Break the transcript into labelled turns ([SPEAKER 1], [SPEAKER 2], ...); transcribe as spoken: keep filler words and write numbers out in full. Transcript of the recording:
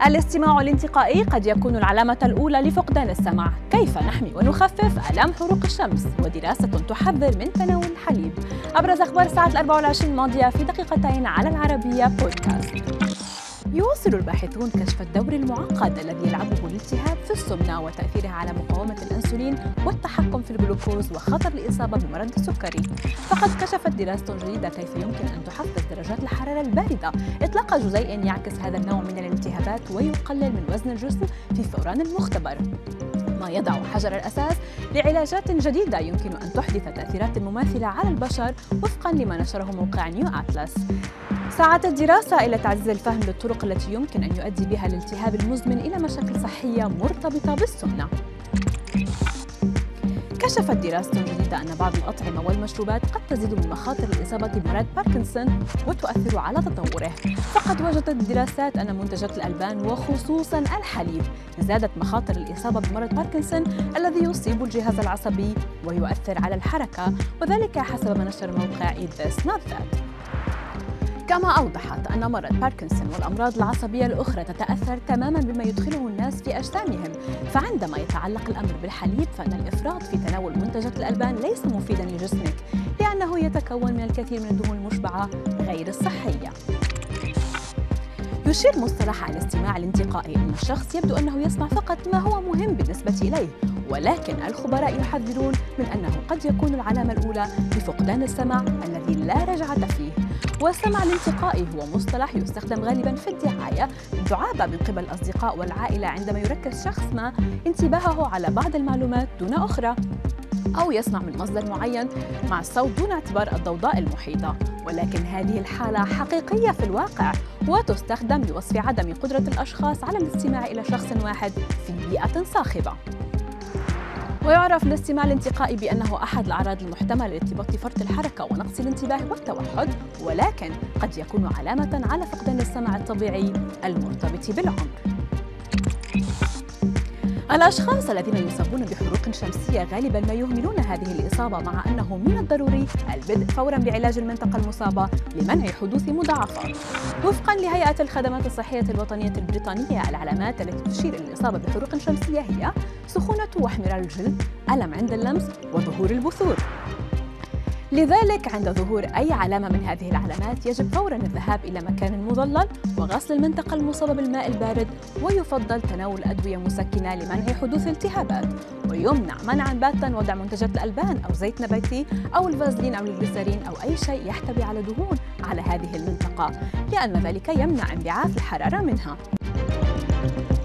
[SPEAKER 1] الاستماع الانتقائي قد يكون العلامة الأولى لفقدان السمع. كيف نحمي ونخفف آلام حروق الشمس؟ ودراسة تحذر من تناول الحليب. أبرز أخبار الساعة الأربع والعشرين الماضية في دقيقتين على العربية بودكاست. يواصل الباحثون كشف الدور المعقد الذي يلعبه الالتهاب في السمنة وتأثيرها على مقاومة الأنسولين والتحكم في الجلوكوز وخطر الإصابة بمرض السكري. فقد كشفت دراسة جديدة كيف يمكن أن تحفز درجات الحرارة الباردة إطلاق جزيء يعكس هذا النوع من الالتهابات ويقلل من وزن الجسم في ثوران المختبر، ما يضع حجر الأساس لعلاجات جديدة يمكن أن تحدث تأثيرات مماثلة على البشر وفقاً لما نشره موقع نيو أتلس. سعت الدراسة إلى تعزيز الفهم للطرق التي يمكن أن يؤدي بها الالتهاب المزمن إلى مشاكل صحية مرتبطة بالسمنة. كشفت دراسة جديدة أن بعض الأطعمة والمشروبات قد تزيد من مخاطر الإصابة بمرض باركنسون وتؤثر على تطوره. فقد وجدت الدراسات أن منتجات الألبان وخصوصاً الحليب زادت مخاطر الإصابة بمرض باركنسون الذي يصيب الجهاز العصبي ويؤثر على الحركة، وذلك حسب ما نشر موقع Eat This Not That. كما أوضحت أن مرض باركنسون والأمراض العصبية الأخرى تتأثر تماماً بما يدخله الناس في أجسامهم، فعندما يتعلق الأمر بالحليب فإن الإفراط في تناول منتجات الألبان ليس مفيداً لجسمك لأنه يتكون من الكثير من الدهون المشبعة غير الصحية. يشير مصطلح الاستماع الانتقائي أن الشخص يبدو أنه يسمع فقط ما هو مهم بالنسبة إليه، ولكن الخبراء يحذرون من أنه قد يكون العلامة الأولى لفقدان السمع الذي لا رجعة فيه. والسمع الانتقائي هو مصطلح يستخدم غالباً في الدعاية للدعابة من قبل الأصدقاء والعائلة عندما يركز شخص ما انتباهه على بعض المعلومات دون أخرى، أو يسمع من مصدر معين مع الصوت دون اعتبار الضوضاء المحيطة. ولكن هذه الحالة حقيقية في الواقع وتستخدم لوصف عدم قدرة الأشخاص على الاستماع إلى شخص واحد في بيئة صاخبة. ويعرف الاستماع الانتقائي بأنه أحد الأعراض المحتملة لارتباط فرط الحركة ونقص الانتباه والتوحد، ولكن قد يكون علامة على فقدان السمع الطبيعي المرتبط بالعمر. الأشخاص الذين يصابون بحروق شمسية غالباً ما يهملون هذه الإصابة، مع أنه من الضروري البدء فوراً بعلاج المنطقة المصابة لمنع حدوث مضاعفات. وفقاً لهيئة الخدمات الصحية الوطنية البريطانية، العلامات التي تشير إلى الإصابة بحروق شمسية هي سخونة واحمرار الجلد، ألم عند اللمس، وظهور البثور. لذلك عند ظهور أي علامة من هذه العلامات يجب فوراً الذهاب إلى مكان مظلل وغسل المنطقة المصابة بالماء البارد، ويفضل تناول أدوية مسكنة لمنع حدوث التهابات. ويمنع منعاً باتا وضع منتجات الألبان أو زيت نباتي أو الفازلين أو الجليسرين أو أي شيء يحتوي على دهون على هذه المنطقة، لأن ذلك يمنع انبعاث الحرارة منها.